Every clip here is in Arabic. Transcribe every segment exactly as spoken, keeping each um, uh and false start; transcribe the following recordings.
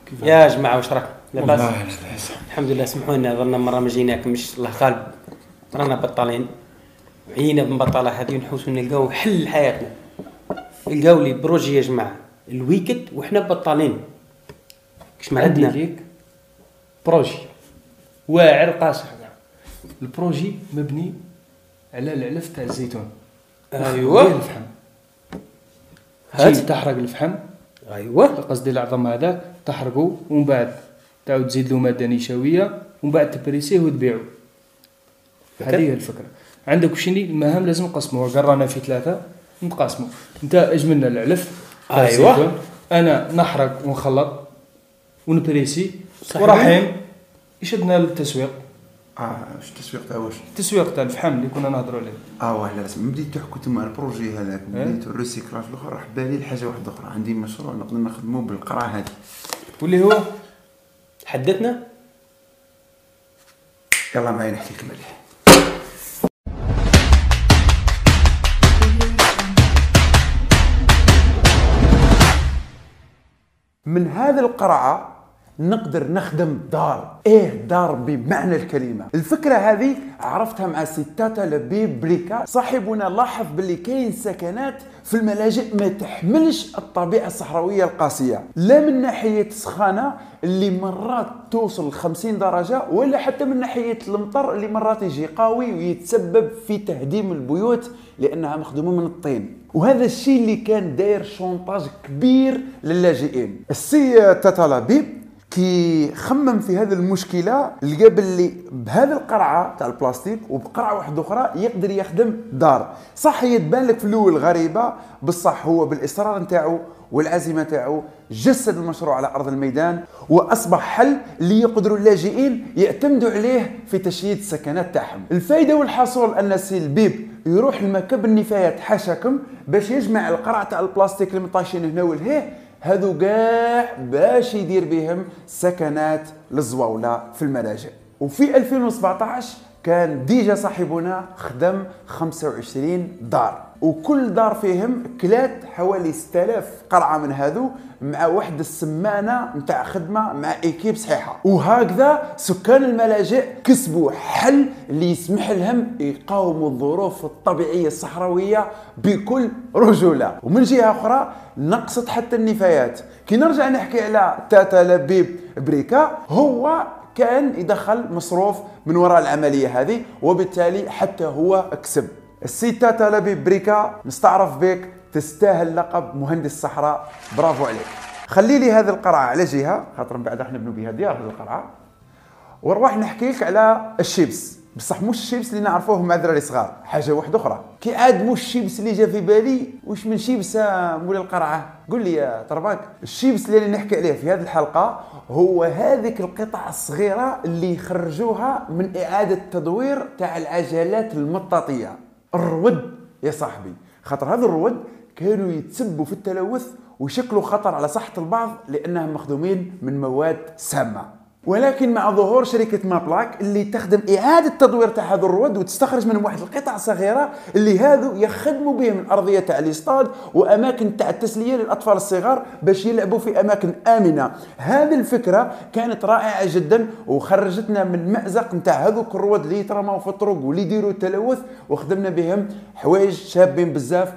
يا جماعه واش راكم لاباس؟ والله لاباس الحمد لله. سمحوا لنا ظلنا مره ما جيناكمش، الله غالب رانا بطالين عينا بالبطاله هذه ونحوسوا نلقاو حل لحياتنا. لقاو لي بروجي يا جماعه الويكند وحنا بطالين. كش ما عندنا ليك بروجي واعر قاصح كاع. البروجي مبني على العلف تاع الزيتون. ايوه الفحم هات تجي تحرق الفحم. ايوه قصدي العظم هذاك تحرقه ومن بعد تعاود تزيد له ماده نشويه ومن بعد تبريسيه وتبيعه. هذه هي الفكره. عندك وشني المهام لازم نقسموها، قرانا في ثلاثه نقسموا. انت اجملنا العلف ايوه انا نحرق ونخلط ونبريسي صحيح. ورحيم يشدنا للتسويق. اه واش التسويق تاع واش؟ التسويق تاع الفحم اللي كنا نهضروا عليه. اه واه لا ملي بديت تحكوا تما البروجي هذاك بديت الريسيكلاج الاخر راح بالي لحاجه واحده اخرى. عندي مشروع نقدر نخدمه بالقرعه هذه واللي هو حدثنا. يلا معايا نحكي لكم عليه. من هذه القرعه نقدر نخدم دار. ايه دار بمعنى الكلمه. الفكره هذه عرفتها مع ستاتا لبيب بريكا. صاحبنا لاحظ باللي كاين سكنات في الملاجئ ما تحملش الطبيعه الصحراويه القاسيه، لا من ناحيه السخانه اللي مرات توصل خمسين درجه، ولا حتى من ناحيه المطر اللي مرات يجي قوي ويتسبب في تهديم البيوت لانها مخدومه من الطين. وهذا الشيء اللي كان داير شونطاج كبير للاجئين. السي تاتا لبيب كي خمم في هذه المشكله لقى باللي بهذه القرعه تاع البلاستيك وبقرعه واحده اخرى يقدر يخدم دار. صح هي تبان لك في الاول غريبه، بصح هو بالاصرار نتاعو والعزيمه تاعو جسد المشروع على ارض الميدان واصبح حل اللي يقدروا اللاجئين يعتمدوا عليه في تشييد السكنات تاعهم. الفائده والحصول ان السي لبيب يروح لمكب النفايات حاشاكم باش يجمع القرع تاع البلاستيك اللي مطايشين هنا ولهيه، هذو كاع باش يدير بهم سكنات للزواوله في الملاجئ. وفي ألفين وسبعطاش كان ديجا صاحبنا خدم خمسة وعشرين دار، وكل دار فيهم كلات حوالي ستة آلاف قرعه من هذو مع واحد السمانه نتاع خدمه مع ايكيب صحيحه. وهكذا سكان الملاجئ كسبوا حل اللي يسمح لهم يقاوموا الظروف الطبيعيه الصحراويه بكل رجوله. ومن جهه اخرى نقصت حتى النفايات. كي نرجع نحكي على تاتا لبيب بريكا، هو كان يدخل مصروف من وراء العمليه هذه وبالتالي حتى هو كسب. السي تاتا لبيب بريكا نستعرف بك، تستاهل لقب مهندس الصحراء، برافو عليك. خلي لي هذه القرعه على جهه خاطر من بعد راح نبنوا بها ديار هذه القرعه، ونروح نحكي لك على الشيبس. بصح مش الشيبس اللي نعرفوه مع الدراري صغار، حاجه واحده اخرى. كي عاد مش الشيبس اللي جا في بالي، واش من شيبس مول القرعه؟ قول لي يا طرباك. الشيبس اللي نحكي عليه في هذه الحلقه هو هذيك القطع الصغيره اللي يخرجوها من اعاده تدوير تاع العجلات المطاطيه. الرود يا صاحبي، خاطر هذا الرود كانوا يتسبوا في التلوث ويشكلوا خطر على صحه البعض لانهم مخدومين من مواد سامه. ولكن مع ظهور شركة مابلاك اللي تخدم إعادة تدوير تاع هذا الرود وتستخرج منهم واحد القطع صغيرة اللي هذو يخدموا بهم الأرضية تاع الاصطاد وأماكن تاع التسلية للأطفال الصغار باش يلعبوا في أماكن آمنة. هذه الفكرة كانت رائعة جدا وخرجتنا من مأزق نتاع هذوك الرواد اللي يترموا في الطرق واللي يديروا التلوث، وخدمنا بهم حوايج شابين بزاف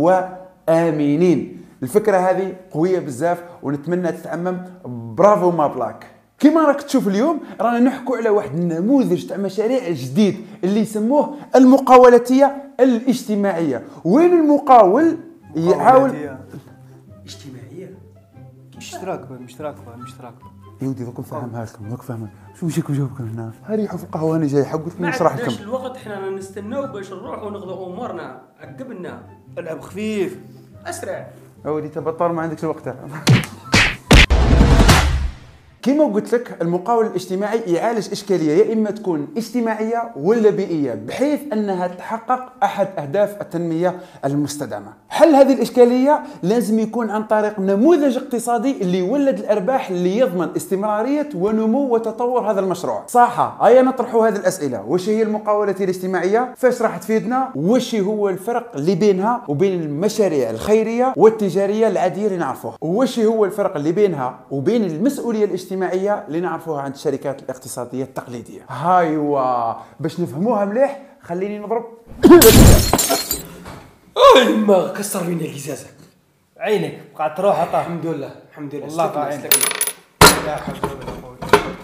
وآمنين. الفكرة هذه قوية بزاف ونتمنى تتعمم. برافو مابلاك. كما راك تشوف اليوم رانا نحكوا على واحد النموذج تاع مشاريع جديد اللي يسموه المقاولاتيه الاجتماعيه. وين المقاول يحاول اجتماعيه اشتراك اشتراك اشتراك يا ودي دوك نفهمها لكم دوك فهمها. شو جيكم جاوبكم هنا ريحوا في القهوه انا جاي حق قلت لكم نشرح لكم. الوقت حنا نستناو باش نروحوا ونقضوا امورنا. عقبنا العب خفيف اسرع يا ودي تبطل ما عندكش الوقت. كما قلت لك المقاول الاجتماعي يعالج اشكاليه يا اما تكون اجتماعيه ولا بيئيه بحيث انها تحقق احد اهداف التنميه المستدامه. حل هذه الاشكاليه لازم يكون عن طريق نموذج اقتصادي اللي يولد الارباح اللي يضمن استمراريه ونمو وتطور هذا المشروع. صح، هيا نطرحوا هذه الاسئله. واش هي المقاولات الاجتماعيه؟ فاش راح تفيدنا؟ واش هو الفرق اللي بينها وبين المشاريع الخيريه والتجاريه العاديه اللي نعرفوها؟ واش هو الفرق اللي بينها وبين المسؤوليه الاجتماعيه اللي نعرفوها عند الشركات الاقتصاديه التقليديه؟ هايوا باش نفهموها مليح خليني نضرب. اي ما كسر فينا القزازه. عينك بقات تروح عطاه. الحمد لله الحمد لله. والله عينك. لا حول ولا قوه.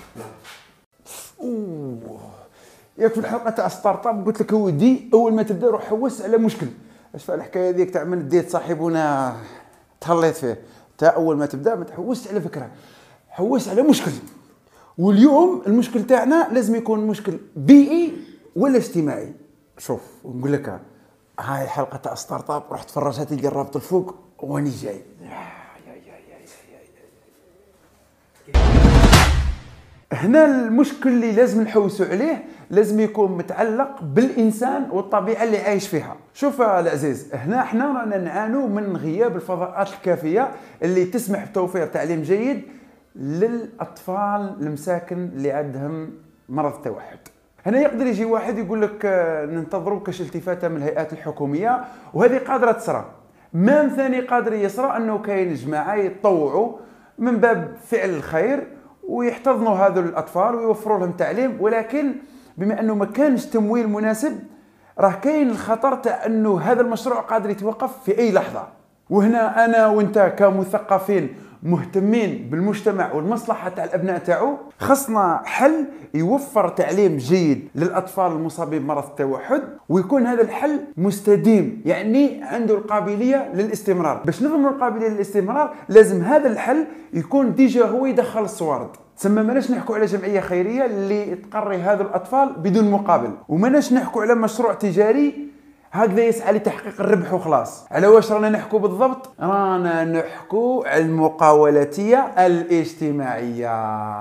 اوه ياك في الحلقه تاع ستارت اب قلت لك ودي اول ما تبدا روح حوس على مشكل. اش فيها الحكايه هذيك تاع من ديت صاحبنا تهليت فيه. تا اول ما تبدا ما تحوسش على فكره، حوس على مشكل. واليوم المشكل تاعنا لازم يكون مشكل بيئي ولا اجتماعي. شوف نقول لك هاي حلقه تاع ستارت اب روح تفرجها تلقى الرابط الفوق واني جاي. هنا المشكل اللي لازم نحوسوا عليه لازم يكون متعلق بالانسان والطبيعه اللي عايش فيها. شوف العزيز، هنا احنا رانا نعانوا من غياب الفضاءات الكافيه اللي تسمح بتوفير تعليم جيد للاطفال المساكن اللي عندهم مرض التوحد. هنا يقدر يجي واحد يقول لك ننتظروا كاش التفاته من الهيئات الحكوميه، وهذه قادره تصرى. مام ثاني قادر يصرى انه كاين جماعه يتطوعوا من باب فعل الخير ويحتضنوا هذول الاطفال ويوفروا لهم تعليم، ولكن بما انه ما كانش تمويل مناسب راه كاين الخطر تاع انه هذا المشروع قادر يتوقف في اي لحظه. وهنا انا وانت كمثقفين مهتمين بالمجتمع والمصلحه تاع الابناء تاعو خصنا حل يوفر تعليم جيد للاطفال المصابين بمرض التوحد، ويكون هذا الحل مستديم، يعني عنده القابليه للاستمرار. باش نضمن القابليه للاستمرار لازم هذا الحل يكون ديجا هو يدخل الصوارد. تسمى ماناش نحكوا على جمعيه خيريه اللي تقري هذا الاطفال بدون مقابل، وماناش نحكوا على مشروع تجاري هكذا يسعى لتحقيق الربح وخلاص. على واش رانا نحكوا بالضبط؟ رانا نحكوا على المقاولاتيه الاجتماعيه.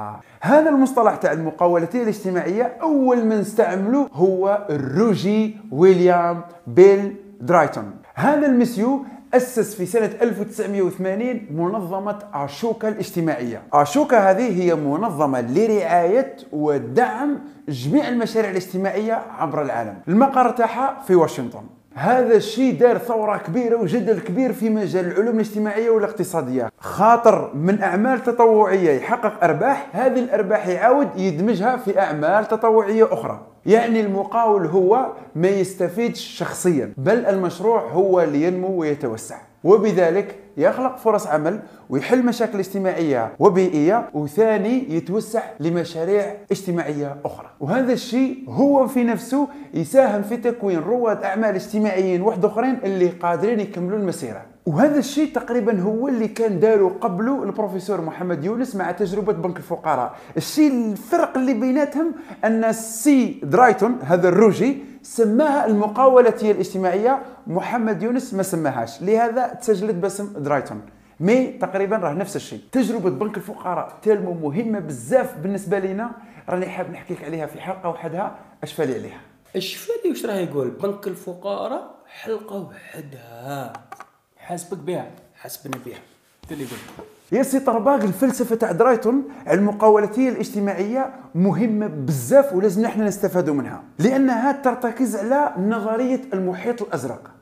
هذا المصطلح تاع المقاولاتيه الاجتماعيه اول من استعمله هو الروجي ويليام بيل درايتون. هذا المسيو أسس في سنة ألف وتسعمائة وثمانين منظمة أشوكا الاجتماعية. أشوكا هذه هي منظمة لرعاية ودعم جميع المشاريع الاجتماعية عبر العالم. المقر تاعها في واشنطن. هذا الشيء دار ثورة كبيرة وجدل كبير في مجال العلوم الاجتماعية والاقتصادية، خاطر من أعمال تطوعية يحقق أرباح، هذه الأرباح يعاود يدمجها في أعمال تطوعية أخرى. يعني المقاول هو ما يستفيدش شخصيا، بل المشروع هو اللي ينمو ويتوسع، وبذلك يخلق فرص عمل ويحل مشاكل اجتماعية وبيئية، وثاني يتوسع لمشاريع اجتماعية أخرى. وهذا الشيء هو في نفسه يساهم في تكوين رواد أعمال اجتماعيين واحد آخرين اللي قادرين يكملوا المسيرة. وهذا الشيء تقريبا هو اللي كان داروا قبله البروفيسور محمد يونس مع تجربة بنك الفقراء. الشيء الفرق اللي بيناتهم أن السي درايتون هذا الروجي سماها المقاولاتية الاجتماعية، محمد يونس ما سماهاش، لهذا تسجلت باسم درايتون. مي تقريبا راه نفس الشيء. تجربة بنك الفقراء تالمو مهمة بزاف بالنسبة لنا، راني حاب نحكيك عليها في حلقة وحدها. اش فالي عليها؟ اش فالي واش راه يقول بنك الفقراء حلقة وحدها. حاسبك بها. حسبنا بها. انت اللي قلت. يا سي طرباق، الفلسفه تاع درايتون على المقاولاتيه الاجتماعيه مهمه بزاف ولازم نحن نستفادوا منها، لانها ترتكز على نظريه المحيط الازرق.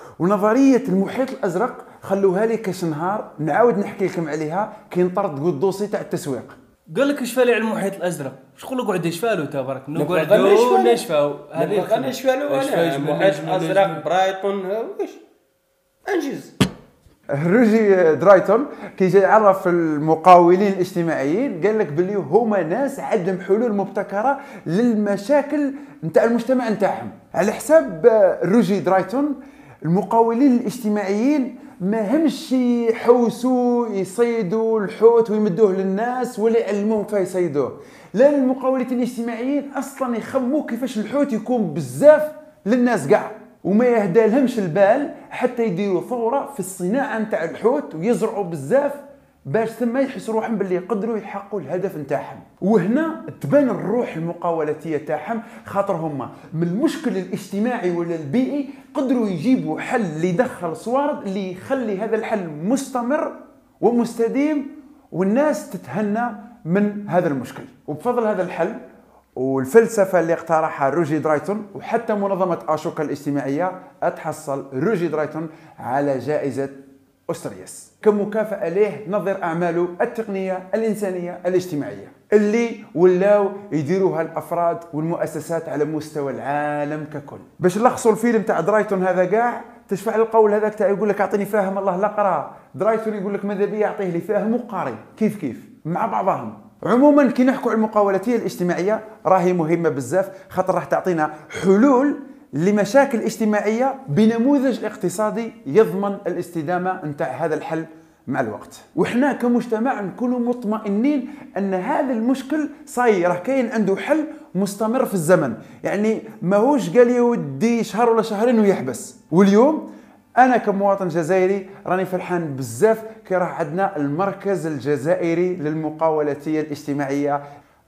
ونظريه المحيط الازرق خلوها لي كاش نهار نعاود نحكي لكم عليها كي نطرد الدوسي تاع التسويق. قال لك اش فالي على المحيط الازرق؟ شغل قعد يشفالو تبارك نقعدوا نشفاو. هذه انا نشفالو انا المحيط الازرق برايتون واش انجز. الروجي درايتون كي جاي يعرف المقاولين الاجتماعيين قال لك بلي هما ناس عندهم حلول مبتكره للمشاكل نتاع المجتمع نتاعهم. على حساب الروجي درايتون المقاولين الاجتماعيين ما همش يحوسوا يصيدوا الحوت ويمدوه للناس ولا يعلموهم كيف يصيدوه، لان المقاولين الاجتماعيين اصلا يخموا كيفاش الحوت يكون بزاف للناس كاع، وما يهدالهمش البال حتى يديروا ثوره في الصناعه نتاع الحوت ويزرعوا بزاف باش ثم يحسوا روحهم باللي يقدروا يحققوا الهدف نتاعهم. وهنا تبان الروح المقاولاتيه تاعهم، خاطر هما من المشكل الاجتماعي ولا البيئي قدروا يجيبوا حل اللي يدخل صوارد اللي يخلي هذا الحل مستمر ومستديم والناس تتهنى من هذا المشكل. وبفضل هذا الحل والفلسفة اللي اقترحها روجي درايتون وحتى منظمة أشوكا الاجتماعية، اتحصل روجي درايتون على جائزة أسترياس كمكافأة له نظر أعماله التقنية الإنسانية الاجتماعية اللي ولاو يديروها الأفراد والمؤسسات على مستوى العالم ككل. باش نلخصوا الفيلم تاع درايتون هذا كاع، تشفع القول هذاك تاع يقول لك اعطيني فاهم الله لا قرا، درايتون يقول لك ماذا بيا يعطيه لي فاهم وقاري كيف كيف مع بعضهم. عموما كي نحكوا على المقاولاتيه الاجتماعيه راهي مهمه بزاف، خاطر راح تعطينا حلول لمشاكل اجتماعيه بنموذج اقتصادي يضمن الاستدامه نتاع هذا الحل مع الوقت. وحنا كمجتمع نكونوا مطمئنين ان هذا المشكل صاير راه كاين عنده حل مستمر في الزمن، يعني ماهوش قال يا ودي شهر ولا شهرين ويحبس. واليوم انا كمواطن جزائري راني فرحان بزاف كي راه عندنا المركز الجزائري للمقاولاتيه الاجتماعيه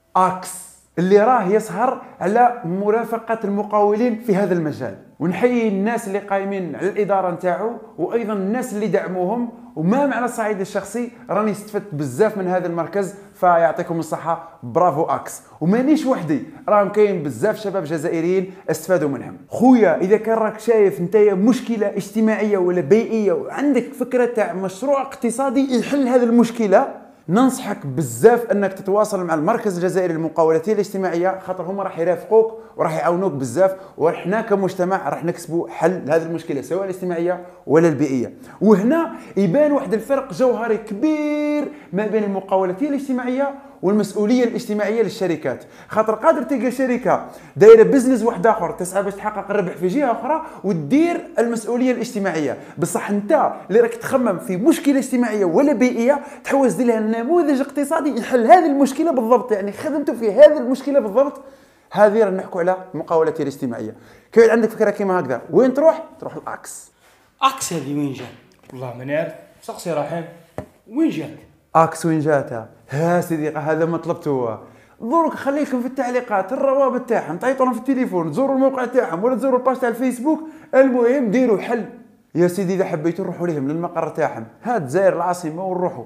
اكس اللي راه يسهر على مرافقه المقاولين في هذا المجال. ونحيي الناس اللي قايمين على الاداره نتاعو وايضا الناس اللي دعموهم. وما على الصعيد الشخصي راني استفدت بزاف من هذا المركز، فيعطيكم الصحه برافو اكس. ومانيش وحدي، راهم كاين بزاف شباب جزائريين استفادوا منهم. خويا اذا كان راك شايف نتايا مشكله اجتماعيه ولا بيئيه وعندك فكره تاع مشروع اقتصادي يحل هذه المشكله، ننصحك بزاف انك تتواصل مع المركز الجزائري للمقاولاتيه الاجتماعيه، خاطر هما راح يرافقوك وراح يعاونوك بزاف، وحنا كمجتمع راح نكسبوا حل لهذه المشكله سواء الاجتماعيه ولا البيئيه. وهنا يبان واحد الفرق جوهري كبير ما بين المقاولاتيه الاجتماعيه والمسؤوليه الاجتماعيه للشركات، خاطر قادر تلقى شركه دايره بزنس واحد اخر تسعى باش تحقق الربح في جهه اخرى وتدير المسؤوليه الاجتماعيه، بصح انت اللي راك تخمم في مشكله اجتماعيه ولا بيئيه تحوز دير لها نموذج اقتصادي يحل هذه المشكله بالضبط، يعني خدمته في هذه المشكله بالضبط. هذه راه نحكوا على المقاولاتيه الاجتماعيه. كي عندك فكره كيما هكذا وين تروح؟ تروح الاكس. اكس هذه وين جات؟ والله ما نعرف، سقسي راحين. وين جات؟ اكس وين جاتها؟ ها سيدي هذا ما طلبته. دروك خليكم في التعليقات الروابط تاعهم، تعيطوا لهم في التليفون، تزوروا الموقع تاعهم ولا تزوروا الباج تاع الفيسبوك، المهم ديروا حل. يا سيدي اذا حبيتوا نروحوا لهم للمقر تاعهم، ها الجزائر العاصمه ونروحوا.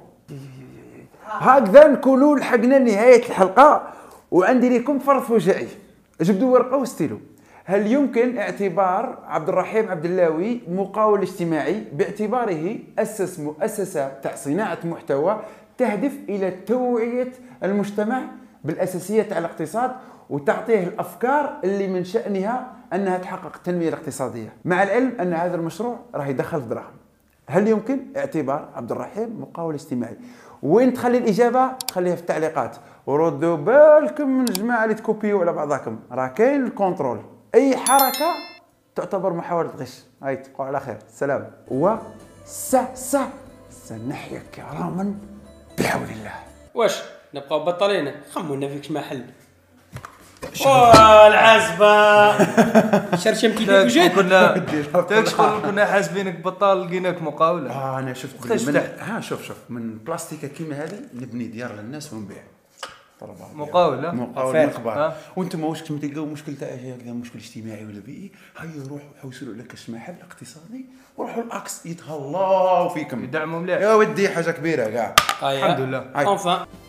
هكذا نكونوا لحقنا نهايه الحلقه، وعندي لكم فرض فجائي. جبدوا ورقه وستيلو. هل يمكن اعتبار عبد الرحيم عبد اللاوي مقاول اجتماعي باعتباره اسس مؤسسه تاع صناعه محتوى تهدف الى توعيه المجتمع بالاساسيات تاع الاقتصاد وتعطيه الافكار اللي من شانها انها تحقق التنميه الاقتصاديه، مع العلم ان هذا المشروع راح يدخل دراهم؟ هل يمكن اعتبار عبد الرحيم مقاول اجتماعي؟ وين تخلي الاجابه؟ خليها في التعليقات، وردوا بالكم من الجماعه اللي تكوبيو على بعضكم، راه كاين الكونترول. اي حركه تعتبر محاوله غش. هاي تبقوا على خير، سلام. و س س سنحيا كراما بحول الله. واش نبقاو بطلين؟ خمونا فيكش ما حل. اوه العزبه شرشمتي ليك وجيت. كنا تشغل كنا حاسبينك بطال لقيناك مقاوله. اه انا شفت من ها شوف شوف من بلاستيكه كيما هذه نبني ديار للناس ونبيع. مقاولة مقاولة كبار. وانتم واش كنتو تلقاو مشكل تاع هكذا مشكل اجتماعي ولا بيئي، هيا روحوا حوسوا لك محل اقتصادي وروحوا الاكس يتهلاو فيكم، يدعموا مليح يا ودي حاجه كبيره كاع. الحمد لله.